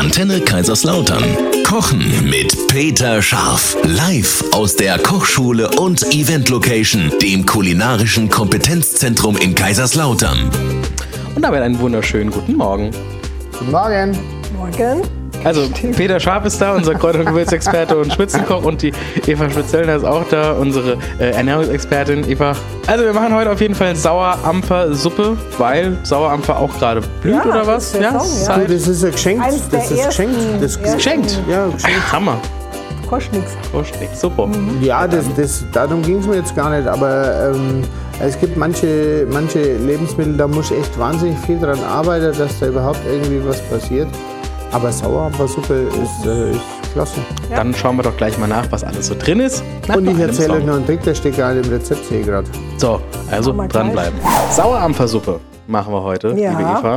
Antenne Kaiserslautern. Kochen mit Peter Scharf. Live aus der Kochschule und Event Location, dem kulinarischen Kompetenzzentrum in Kaiserslautern. Und damit einen wunderschönen guten Morgen. Guten Morgen. Morgen. Also Peter Scharf ist da, unser Kräuter- und Gewürzexperte und Spitzenkoch, und die Eva Spitzelner ist auch da, unsere Ernährungsexpertin Eva. Also wir machen heute auf jeden Fall Sauerampfer-Suppe, weil Sauerampfer auch gerade blüht, Ja, oder was? das ist der Song, ja. Das ist ein Geschenk. Eins der Das ist geschenkt. ersten Das Geschenkt? Ja, geschenkt. Hammer. Kostet nichts. Kostet super. Ja, darum ging es mir jetzt gar nicht, aber es gibt manche Lebensmittel, da muss echt wahnsinnig viel dran arbeiten, dass da überhaupt irgendwie was passiert. Aber Sauerampfersuppe ist klasse. Ja. Dann schauen wir doch gleich mal nach, was alles so drin ist. Und ich Nach erzähle einem euch noch einen Trick, der steht gerade im Rezept hier gerade. So, also Machen wir dranbleiben. Sauerampfersuppe machen wir heute, Ja. liebe Eva.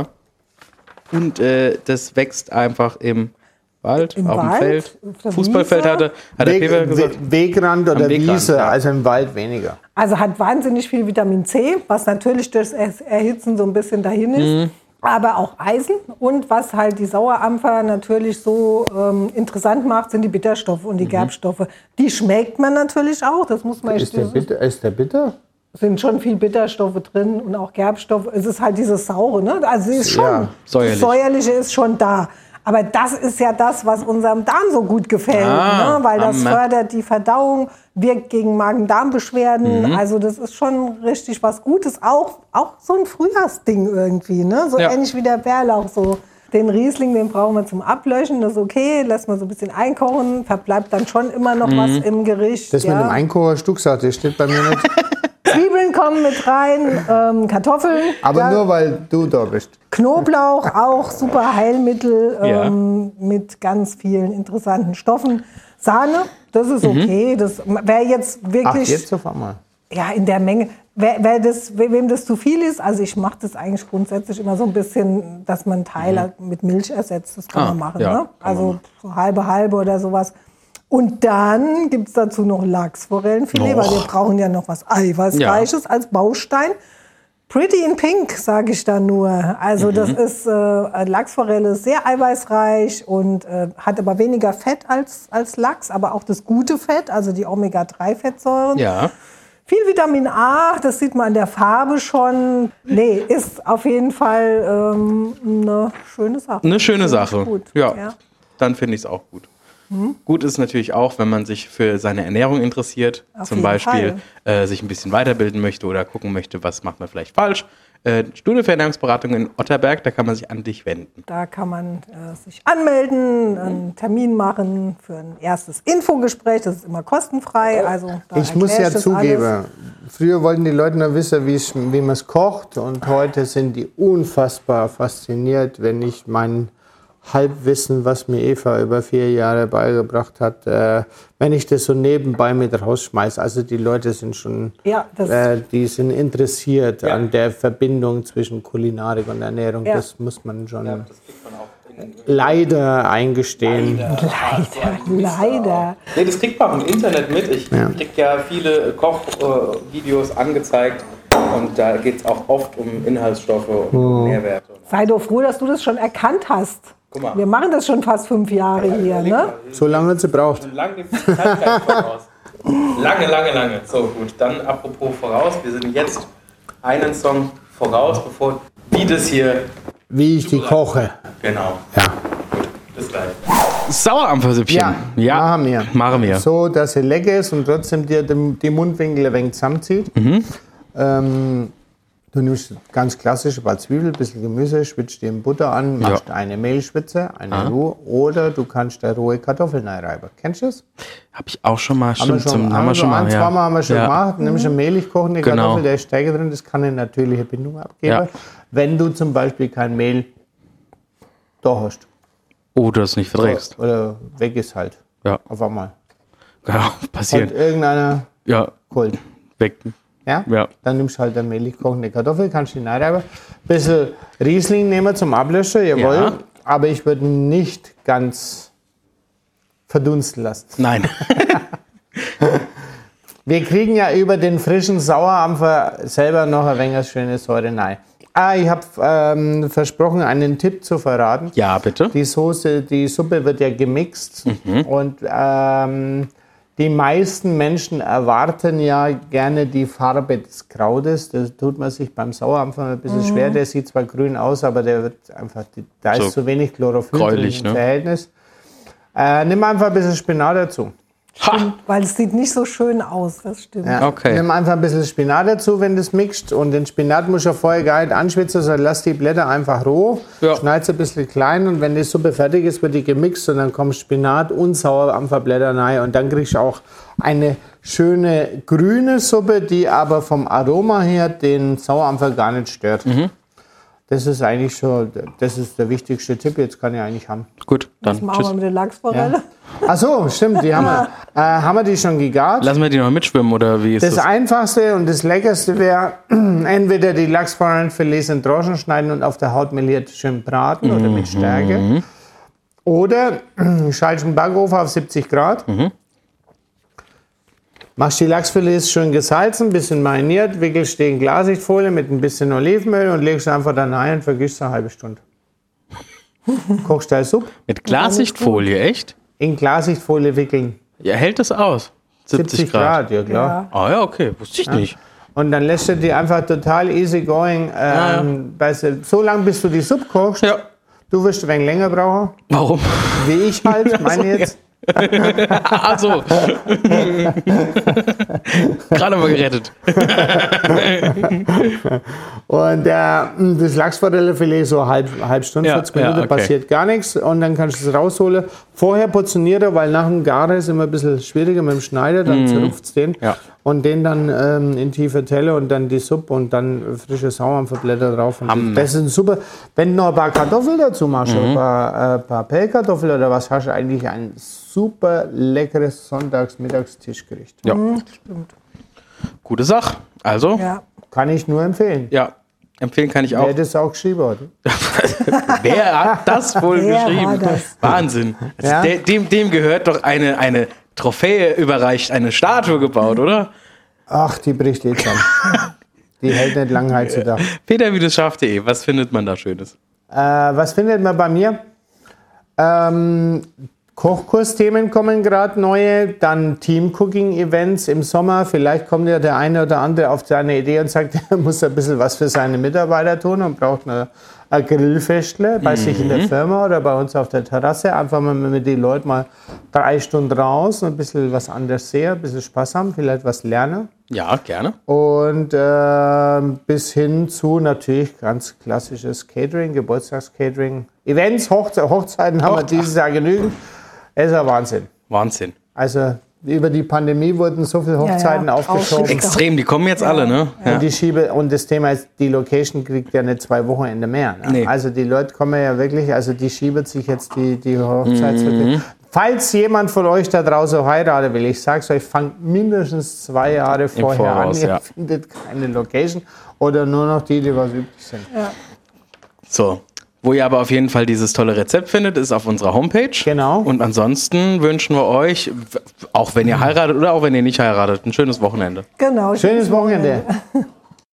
Und das wächst einfach im Wald, Im auf dem Wald, Feld. auf der Fußballfeld Wiese. hat der Peter gesagt. Wegrand oder Am Wegrand, Wiese, ja. also im Wald weniger. Also hat wahnsinnig viel Vitamin C, was natürlich durch das Erhitzen so ein bisschen dahin ist. Aber auch Eisen. Und was halt die Sauerampfer natürlich so interessant macht, sind die Bitterstoffe und die Gerbstoffe. Die schmeckt man natürlich auch. Das muss man Ist der bitter? sind schon viel Bitterstoffe drin und auch Gerbstoffe. Es ist halt dieses Saure, ne? Also es ist schon, Ja, säuerlich. das Säuerliche ist schon da. Aber das ist ja das, was unserem Darm so gut gefällt, ne? Weil das fördert die Verdauung, wirkt gegen Magen-Darm-Beschwerden. Also das ist schon richtig was Gutes. Auch so ein Frühjahrsding irgendwie, ne? So Ja. ähnlich wie der Bärlauch. So. Den Riesling, den brauchen wir zum Ablöschen, das ist okay. Lässt man so ein bisschen einkochen, verbleibt dann schon immer noch was im Gericht. Das mit dem Einkocher gesagt, das steht bei mir nicht. Zwiebeln kommen mit rein, Kartoffeln. Aber ja, nur, weil du da bist. Knoblauch, auch super Heilmittel Ja. mit ganz vielen interessanten Stoffen. Sahne, das ist okay. Das wäre jetzt Ach, wirklich jetzt auf einmal. ja, in der Menge. Wem das zu viel ist, also ich mache das eigentlich grundsätzlich immer so ein bisschen, dass man Teile mit Milch ersetzt. Das kann man machen. ja, Ne? kann man Also machen. so halbe oder sowas. Und dann gibt es dazu noch Lachsforellenfilet, weil wir brauchen ja noch was Eiweißreiches als Baustein. Pretty in Pink, sage ich da nur. Also das ist, Lachsforelle ist sehr eiweißreich und hat aber weniger Fett als Lachs, aber auch das gute Fett, also die Omega-3-Fettsäuren. Ja. Viel Vitamin A, das sieht man an der Farbe schon. Nee, ist auf jeden Fall eine schöne Sache. Eine schöne Finde ich Sache. gut. Ja, Ja. dann finde ich es auch gut. Gut ist natürlich auch, wenn man sich für seine Ernährung interessiert, Auf zum jeden Beispiel sich ein bisschen weiterbilden möchte oder gucken möchte, was macht man vielleicht falsch. Studie für Ernährungsberatung in Otterberg, da kann man sich an dich wenden. Da kann man sich anmelden, einen Termin machen für ein erstes Infogespräch. Das ist immer kostenfrei. Also, da Ich muss erkläre ja ich das zugeben, alles. früher wollten die Leute noch wissen, wie man es kocht, und heute sind die unfassbar fasziniert, wenn ich mein Halbwissen, was mir Eva über 4 Jahre beigebracht hat, wenn ich das so nebenbei mit rausschmeiße. Also die Leute sind schon, Ja, die sind interessiert an der Verbindung zwischen Kulinarik und Ernährung. Ja. Das muss man schon leider eingestehen. Leider. Nee, das kriegt man im Internet mit. Ich kriege ja viele Kochvideos angezeigt und da geht es auch oft um Inhaltsstoffe und Nährwerte. Sei doch froh, dass du das schon erkannt hast. Guck mal. Wir machen das schon fast 5 Jahre hier, ne? So lange hat sie braucht. Lang nimmt die Zeit gleich voraus. Lange. So, gut. Dann apropos voraus. Wir sind jetzt einen Song voraus, bevor wie das hier. Wie ich die koche. Genau. Ja. Gut, bis gleich. Sauerampfersüppchen. Machen wir. So, dass sie lecker ist und trotzdem dir die Mundwinkel ein wenig zusammenzieht. Du nimmst ganz klassisch ein paar Zwiebeln, ein bisschen Gemüse, schwitzt dir in Butter an, machst eine Mehlschwitze, eine rohe, oder du kannst da rohe Kartoffeln reinreiben. Kennst du das? Hab ich auch schon mal. Haben wir schon mal, zweimal haben wir schon gemacht. Nimmst eine mehlig kochende Kartoffel, da ist Stärke drin, das kann eine natürliche Bindung abgeben. Ja. Wenn du zum Beispiel kein Mehl da hast. Oder es nicht verträgst. Oder weg ist halt. Ja. Auf einmal. Ja, passiert. Hat irgendeiner Ja, geholt. weg. Ja? Ja. Dann nimmst du halt eine mehlig kochende Kartoffel, kannst die reinreiben. Ein bisschen Riesling nehmen zum Ablöschen, jawohl. Ja. Aber ich würde ihn nicht ganz verdunsten lassen. Nein. Wir kriegen ja über den frischen Sauerampfer selber noch ein wenig schöne Säure rein. Ich habe versprochen, einen Tipp zu verraten. Ja, bitte. Die Suppe wird ja gemixt und die meisten Menschen erwarten ja gerne die Farbe des Krautes. Das tut man sich beim Sauerampfer ein bisschen schwer. Der sieht zwar grün aus, aber der wird einfach, da ist zu wenig Chlorophyll gräulich, im Verhältnis. Nimm einfach ein bisschen Spinat dazu. Stimmt, weil es sieht nicht so schön aus, das stimmt. Ja. Okay. Nimm einfach ein bisschen Spinat dazu, wenn du es mixt. Und den Spinat musst du vorher gar nicht anschwitzen, sondern lass die Blätter einfach roh, schneid sie ein bisschen klein und wenn die Suppe fertig ist, wird die gemixt und dann kommen Spinat und Sauerampferblätter rein und dann kriegst du auch eine schöne grüne Suppe, die aber vom Aroma her den Sauerampfer gar nicht stört. Das ist eigentlich schon, das ist der wichtigste Tipp, jetzt kann ich eigentlich haben. Gut, dann Was machen wir mit der Lachsforelle? Ja. Ach so, stimmt, die haben wir die schon gegart? Lassen wir die noch mitschwimmen oder wie ist das? Das Einfachste und das Leckerste wäre, entweder die Lachsforellenfilets in Tranchen schneiden und auf der Haut meliert schön braten oder mit Stärke. Oder schaltest einen Backofen auf 70 Grad. Machst die Lachsfilets schön gesalzen, ein bisschen mariniert, wickelst die in Klarsichtfolie mit ein bisschen Olivenöl und legst einfach dann rein und vergisst eine halbe Stunde. Kochst deine Suppe. Mit Klarsichtfolie, echt? In Klarsichtfolie wickeln. Ja, hält das aus? 70 Grad. Ja klar. Ah ja, okay, wusste ich nicht. Und dann lässt du die einfach total easy going, so lange bis du die Suppe kochst. Ja. Du wirst ein wenig länger brauchen. Warum? Wie ich halt, meine jetzt. Ach so. Gerade mal gerettet. Und das Lachsforellenfilet so halb Stunde, 40 Minuten, okay. passiert gar nichts. Und dann kannst du es rausholen. Vorher portionieren, weil nach dem Garen ist immer ein bisschen schwieriger mit dem Schneider, dann zerrupft es den. Ja. Und den dann in tiefe Telle und dann die Suppe und dann frische Sauerampferblätter drauf. Und das ist super. Wenn du noch ein paar Kartoffeln dazu machst, ein paar Pellkartoffeln oder was, hast du eigentlich ein super leckeres Sonntags-Mittagstischgericht. Ja, stimmt. Gute Sache. Also, kann ich nur empfehlen. Ja, empfehlen kann ich auch. Wer das auch geschrieben hat. Wer hat das wohl geschrieben? Das? Wahnsinn. Also dem gehört doch eine Trophäe überreicht, eine Statue gebaut, oder? Ach, die bricht jetzt an. Die hält nicht lang heutzutage. Peter-Schaff.de, was findet man da Schönes? Was findet man bei mir? Kochkursthemen kommen gerade neue, dann Team-Cooking-Events im Sommer. Vielleicht kommt ja der eine oder andere auf seine Idee und sagt, er muss ein bisschen was für seine Mitarbeiter tun und braucht ein Grillfestle bei sich in der Firma oder bei uns auf der Terrasse. Einfach mal mit den Leuten mal 3 Stunden raus und ein bisschen was anderes sehen, ein bisschen Spaß haben, vielleicht was lernen. Ja, gerne. Und bis hin zu natürlich ganz klassisches Catering, Geburtstagscatering, Events, Hochzeiten haben wir dieses Jahr genügend. Es ist ein Wahnsinn. Wahnsinn. Also über die Pandemie wurden so viele Hochzeiten aufgeschoben. Extrem, die kommen jetzt alle, ne? Ja. Und das Thema ist, die Location kriegt ja nicht 2 Wochenende mehr. Ne? Nee. Also die Leute kommen ja wirklich, also die schieben sich jetzt die Hochzeitswirte. Falls jemand von euch da draußen heiraten will, ich sag's euch, fangt mindestens 2 Jahre vorher an. Ihr findet keine Location oder nur noch die was übrig sind. Ja. So. Wo ihr aber auf jeden Fall dieses tolle Rezept findet, ist auf unserer Homepage. Genau. Und ansonsten wünschen wir euch, auch wenn ihr heiratet oder auch wenn ihr nicht heiratet, ein schönes Wochenende. Genau. Schönes Wochenende.